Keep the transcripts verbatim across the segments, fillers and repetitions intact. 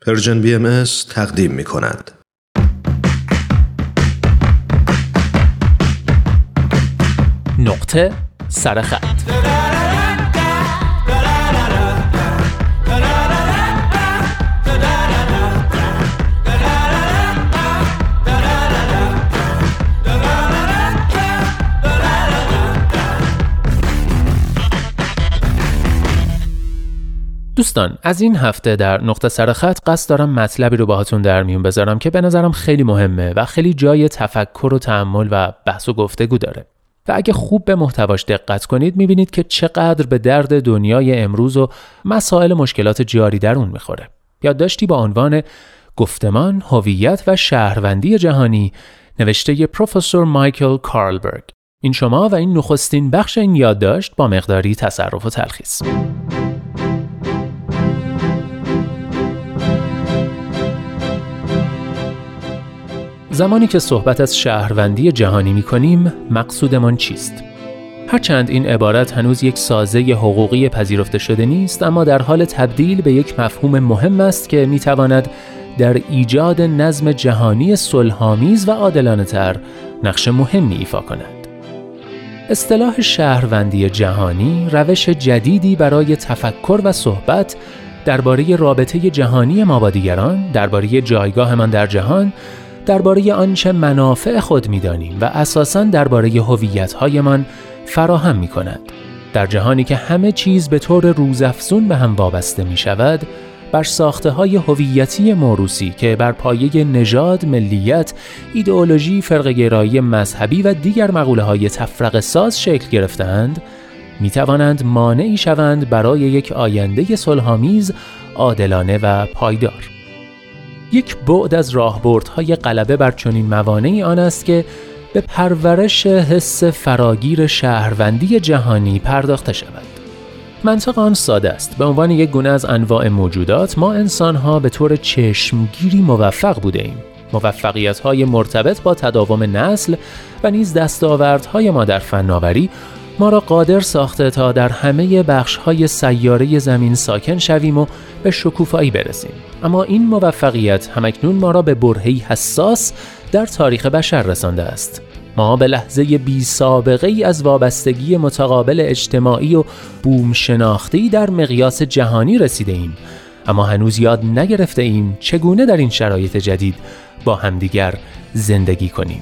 پرژن بی ام اس تقدیم می کند. نقطه سرخط. دوستان، از این هفته در نقطه سرخط قصد دارم مطلبی رو باهاتون در میون بذارم که به نظرم خیلی مهمه و خیلی جای تفکر و تأمل و بحث و گفتگو داره. و اگه خوب به محتواش دقت کنید میبینید که چقدر به درد دنیای امروز و مسائل مشکلات جاری در اون میخوره. یادداشتی با عنوان گفتمان، هویت و شهروندی جهانی نوشته پروفسور مایکل کارلبرگ. این شما و این نخستین بخش این یادداشت با مقداری تصرف و تلخیص. زمانی که صحبت از شهروندی جهانی می‌کنیم، مقصودمان چیست؟ هرچند این عبارت هنوز یک سازه حقوقی پذیرفته شده نیست، اما در حال تبدیل به یک مفهوم مهم است که می‌تواند در ایجاد نظم جهانی صلح‌آمیز و عادلانه‌تر نقش مهمی ایفا کند. اصطلاح شهروندی جهانی روش جدیدی برای تفکر و صحبت درباره رابطه جهانی ما با دیگران، درباره جایگاهمان در جهان، درباره آنچه منافع خود می‌دانیم و اساساً درباره هویت‌هایمان فراهم می‌کند. در جهانی که همه چیز به طور روزافزون به هم وابسته می‌شود، بر ساخته‌های هویتی موروثی که بر پایه نژاد، ملیت، ایدئولوژی، فرقه‌گرایی مذهبی و دیگر مقوله‌های تفرقه‌ساز شکل گرفته‌اند، می‌توانند مانعی شوند برای یک آینده صلح‌آمیز، عادلانه و پایدار. یک بعد از راهبردهای غلبه بر چنین موانعی آن است که به پرورش حس فراگیر شهروندی جهانی پرداخته شود. منطق آن ساده است. به عنوان یک گونه از انواع موجودات، ما انسان‌ها به طور چشمگیری موفق بوده ایم. موفقیت‌های مرتبط با تداوم نسل و نیز دستاوردهای ما در فناوری ما را قادر ساخته تا در همه بخش‌های سیاره زمین ساکن شویم و به شکوفایی برسیم. اما این موفقیت همکنون ما را به برهه‌ای حساس در تاریخ بشر رسانده است. ما به لحظه بی سابقه ای از وابستگی متقابل اجتماعی و بوم شناختی در مقیاس جهانی رسیده ایم، اما هنوز یاد نگرفته ایم چگونه در این شرایط جدید با همدیگر زندگی کنیم.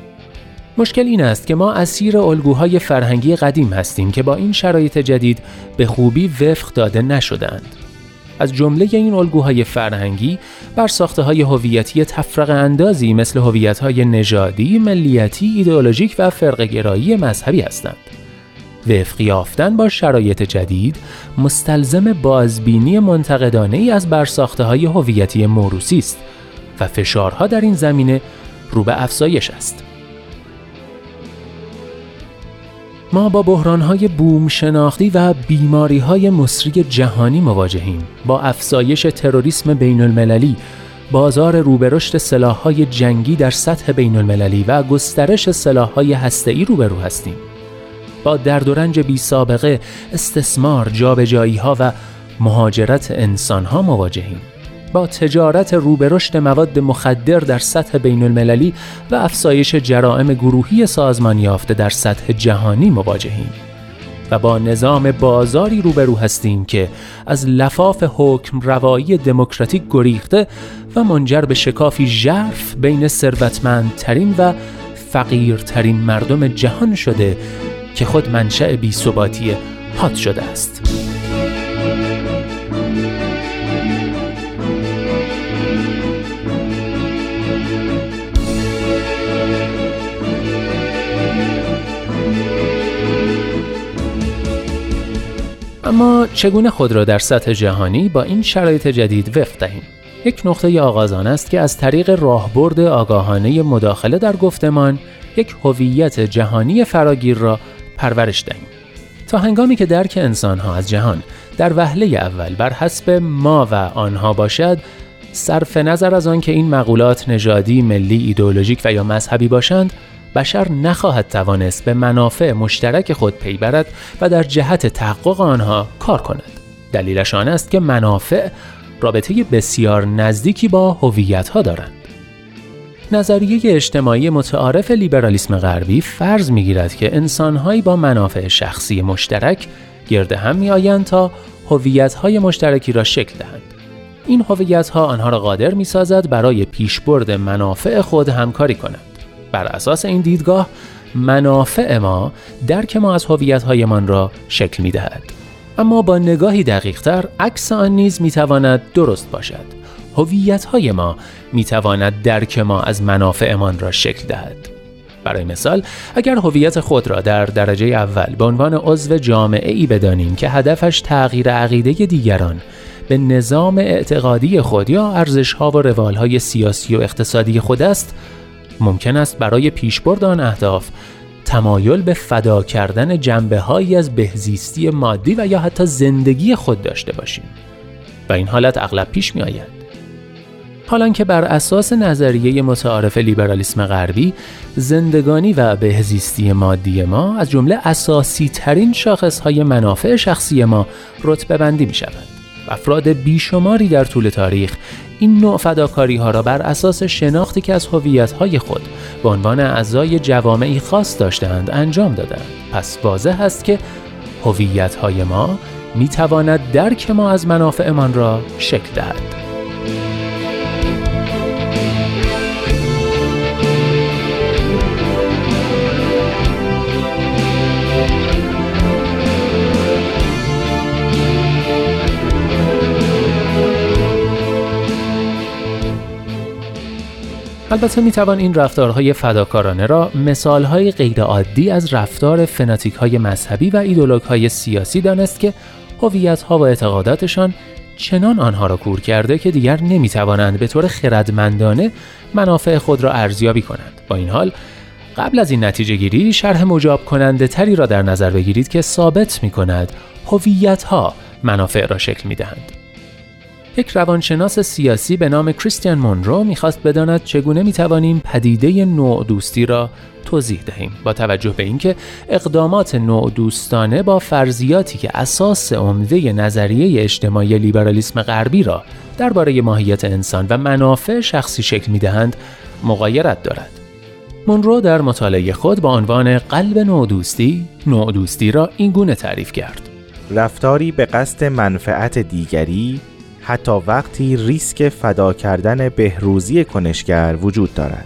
مشکل این است که ما اسیر الگوهای فرهنگی قدیم هستیم که با این شرایط جدید به خوبی وفق داده نشدند. از جمله این الگوهای فرهنگی بر ساخته‌های هویتی تفرقه اندازی مثل هویت‌های نژادی، ملیتی، ایدئولوژیک و فرقه‌گرایی مذهبی هستند. وفق یافتن با شرایط جدید مستلزم بازبینی منتقدانه‌ای از برساخته‌های هویتی موروثی است و فشارها در این زمینه رو به افزایش است. ما با بحران‌های بوم شناختی و بیماری‌های مصری جهانی مواجهیم. با افزایش تروریسم بین‌المللی، بازار روبرشت سلاح‌های جنگی در سطح بین‌المللی و گسترش سلاح‌های هسته‌ای روبرو هستیم. با درد و رنج بی‌سابقه، استثمار، جابجایی‌ها و مهاجرت انسان‌ها مواجهیم. با تجارت روبرشت مواد مخدر در سطح بین‌المللی و افزایش جرائم گروهی سازمان یافته در سطح جهانی مواجهیم و با نظام بازاری روبرو هستیم که از لفاف حکم روایی دموکراتیک گریخته و منجر به شکافی ژرف بین ثروتمندترین و فقیرترین مردم جهان شده که خود منشأ بی‌ثباتی حاد شده است. اما چگونه خود را در سطح جهانی با این شرایط جدید وفق دهیم؟ یک نقطه آغازان است که از طریق راهبرد آگاهانه مداخله در گفتمان یک هویت جهانی فراگیر را پرورش دهیم. تا هنگامی که درک انسان‌ها از جهان در وهله اول بر حسب ما و آنها باشد، صرف نظر از آن که این مقولات نژادی، ملی، ایدئولوژیک و یا مذهبی باشند، بشر نخواهد توانست به منافع مشترک خود پی برد و در جهت تحقق آنها کار کند. دلیلش آن است که منافع رابطه بسیار نزدیکی با هویت‌ها دارند. نظریه اجتماعی متعارف لیبرالیسم غربی فرض می‌گیرد که انسان‌هایی با منافع شخصی مشترک گرد هم می‌آیند تا هویت‌های مشترکی را شکل دهند. این هویت‌ها آنها را قادر می‌سازد برای پیشبرد منافع خود همکاری کنند. بر اساس این دیدگاه، منافع ما درک ما از هویت‌هایمان را شکل می‌دهد. اما با نگاهی دقیق‌تر، عکس آن نیز می‌تواند درست باشد. هویت‌های ما می‌تواند درک ما از منافعمان را شکل دهد. برای مثال، اگر هویت خود را در درجه اول به عنوان عضو جامعه‌ای بدانیم که هدفش تغییر عقیده دیگران به نظام اعتقادی خود یا ارزش‌ها و روال‌های سیاسی و اقتصادی خود است، ممکن است برای پیشبرد آن اهداف تمایل به فدا کردن جنبه‌هایی از بهزیستی مادی و یا حتی زندگی خود داشته باشیم و این حالت اغلب پیش می‌آید. حالان که بر اساس نظریه متعارف لیبرالیسم غربی، زندگانی و بهزیستی مادی ما از جمله اساسی ترین شاخص‌های منافع شخصی ما رتبه بندی می‌شود. افراد بیشماری در طول تاریخ این نوع فداکاری‌ها را بر اساس شناختی که از هویت‌های خود به عنوان اعضای جوامعی خاص داشتند انجام دادند. پس واضح است که هویت‌های ما می‌تواند درک ما از منافعمان را شکل دهد. البته میتوان این رفتارهای فداکارانه را مثالهای غیرعادی از رفتار فناتیک‌های مذهبی و ایدئولوژهای سیاسی دانست که هویت‌ها و اعتقاداتشان چنان آنها را کور کرده که دیگر نمیتوانند به طور خردمندانه منافع خود را ارزیابی کنند. با این حال قبل از این نتیجه گیری شرح مجاب کننده تری را در نظر بگیرید که ثابت می‌کند هویت‌ها منافع را شکل می‌دهند. یک روانشناس سیاسی به نام کریستیان مونرو می‌خواست بداند چگونه می‌توانیم پدیده نوع دوستی را توضیح دهیم با توجه به اینکه اقدامات نوع دوستانه با فرضیاتی که اساس عمده نظریه اجتماعی لیبرالیسم غربی را درباره ماهیت انسان و منافع شخصی شکل می‌دهند مغایرت دارد. مونرو در مطالعه خود با عنوان قلب نوع دوستی، نوع دوستی را این گونه تعریف کرد: رفتاری به قصد منفعت دیگری، حتی وقتی ریسک فدا کردن بهروزی کنشگر وجود دارد.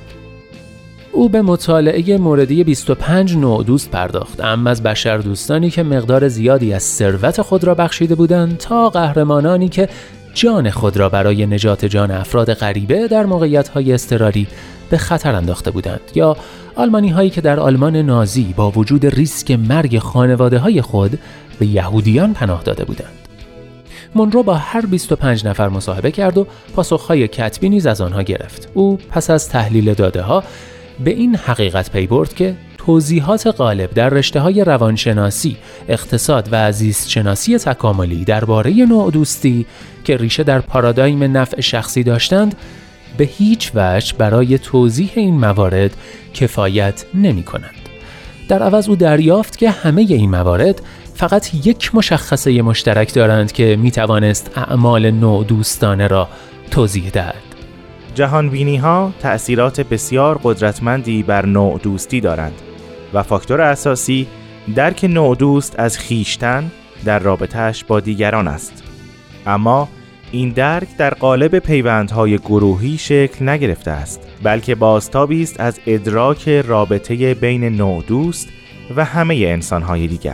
او به مطالعه موردی بیست و پنج نوع دوست پرداخت، اما از بشر دوستانی که مقدار زیادی از ثروت خود را بخشیده بودند تا قهرمانانی که جان خود را برای نجات جان افراد غریبه در موقعیت‌های اضطراری به خطر انداخته بودند، یا آلمانی هایی که در آلمان نازی با وجود ریسک مرگ خانواده‌های خود به یهودیان پناه داده بودند. مونرو با هر بیست و پنج نفر مصاحبه کرد و پاسخهای کتبی نیز از آنها گرفت. او پس از تحلیل داده‌ها به این حقیقت پی برد که توضیحات غالب در رشته‌های روانشناسی، اقتصاد و زیست شناسی تکاملی درباره نوع دوستی که ریشه در پارادایم نفع شخصی داشتند، به هیچ وجه برای توضیح این موارد کفایت نمی‌کنند. در عوض او دریافت که همه این موارد فقط یک مشخصه مشترک دارند که میتوانست اعمال نوع دوستانه را توضیح دهد. جهانبینی ها تأثیرات بسیار قدرتمندی بر نوع دوستی دارند و فاکتور اساسی درک نوع دوست از خیشتن در رابطه‌اش با دیگران است. اما این درک در قالب پیوندهای گروهی شکل نگرفته است، بلکه بازتابی است از ادراک رابطه بین نوع دوست و همه انسان‌های دیگر.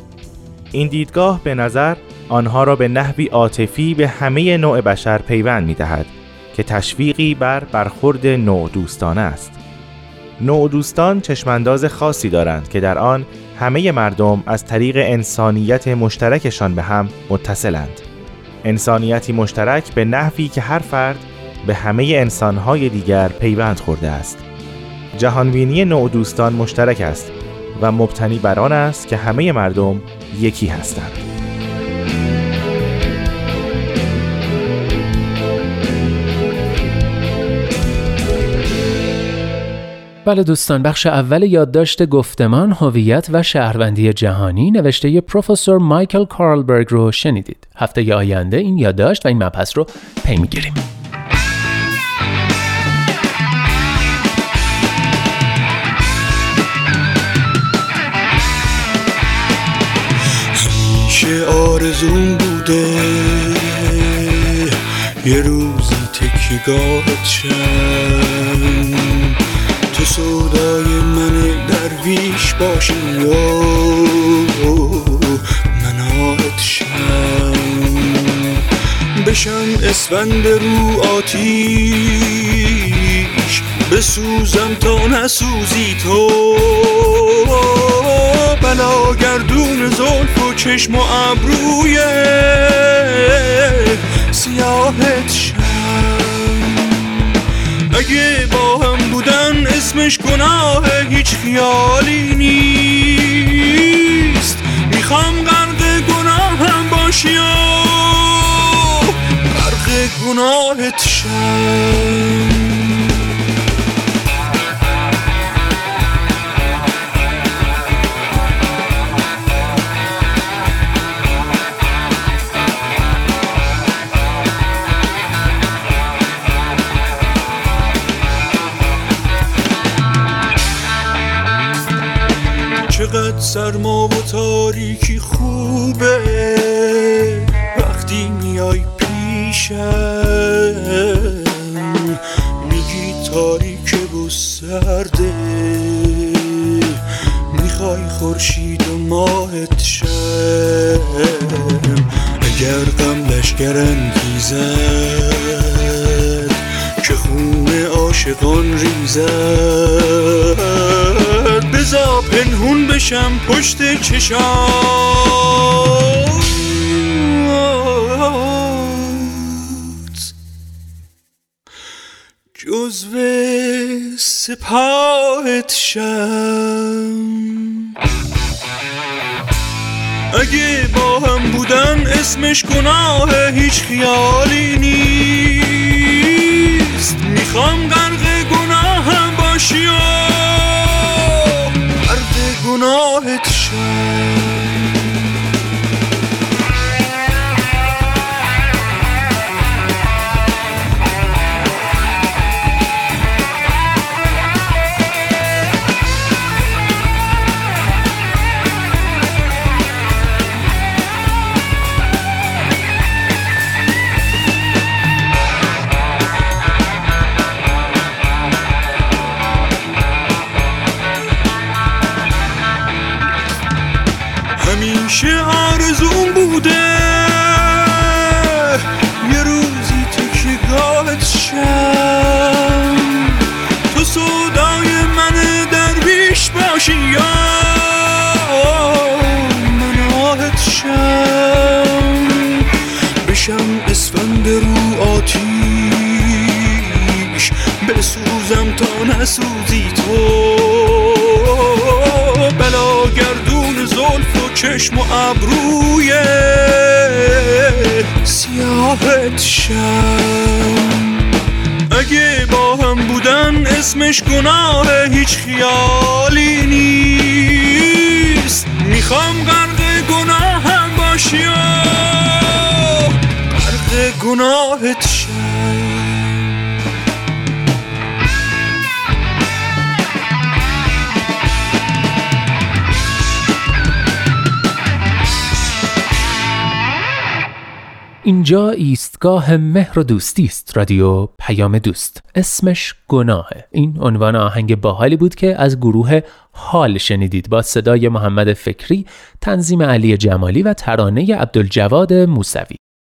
این دیدگاه به نظر آنها را به نحوی عاطفی به همه نوع بشر پیوند می‌دهد که تشویقی بر برخورد نوع دوستانه است. نوع دوستان چشمانداز خاصی دارند که در آن همه مردم از طریق انسانیت مشترکشان به هم متصلند. انسانیتی مشترک به نحوی که هر فرد به همه انسان‌های دیگر پیوند خورده است. جهانبینی نوع دوستان مشترک است و مبتنی بر آن است که همه مردم یکی هستند. بله دوستان، بخش اول یادداشت گفتمان، هویت و شهروندی جهانی نوشته ی پروفسور مایکل کارلبرگ رو شنیدید. هفته آینده این یادداشت و این مبحث رو پی میگیریم. همیشه آرزوم بوده یه روزی تکیه‌گاهت شم، تو سودای من درویش باشی یا منات شم، بشم اسفند رو آتیش، بسوزم تا نسوزی تو، بلا گردون زلف و چشم و ابروی سیاهت شم. اگه با هم بودن اسمش گناه، هیچ خیالی نیست، میخوام غرق گناهم باشی و غرق گناهت شم. چقدر سرما و تاریکی خوبه وقتی میای پیشم، میگی تاریکه و سرده، میخوای خورشید و ماهت شم. اگر غم لشگر انگیزد که خون عاشقان ریزد، بذار پنهون بشم پشت چشات، جزو سپاهت شم. اگه با هم بودن اسمش گناه، هیچ خیالی نیست، میخوام غرق گناهم باشی و غرق گناهت شم. همیشه آرزوم بوده یه روزی تکیه‌گاهت شم، تو سودای من درویش باشی یا مناهت شم، بشم اسفند رو آتیش، بسوزم تا نسوزی تو، بلا گردون زلف و چشم و ابروی سیاهت شم. اگه با هم بودن اسمش گناه، هیچ خیالی نیست، میخوام غرق گناهم باشی و غرق گناهت شم. اینجا ایستگاه مهر و دوستی است، رادیو پیام دوست، اسمش گناهه. این عنوان آهنگ باحالی بود که از گروه حال شنیدید با صدای محمد فکری، تنظیم علی جمالی و ترانه عبدالجواد موسوی.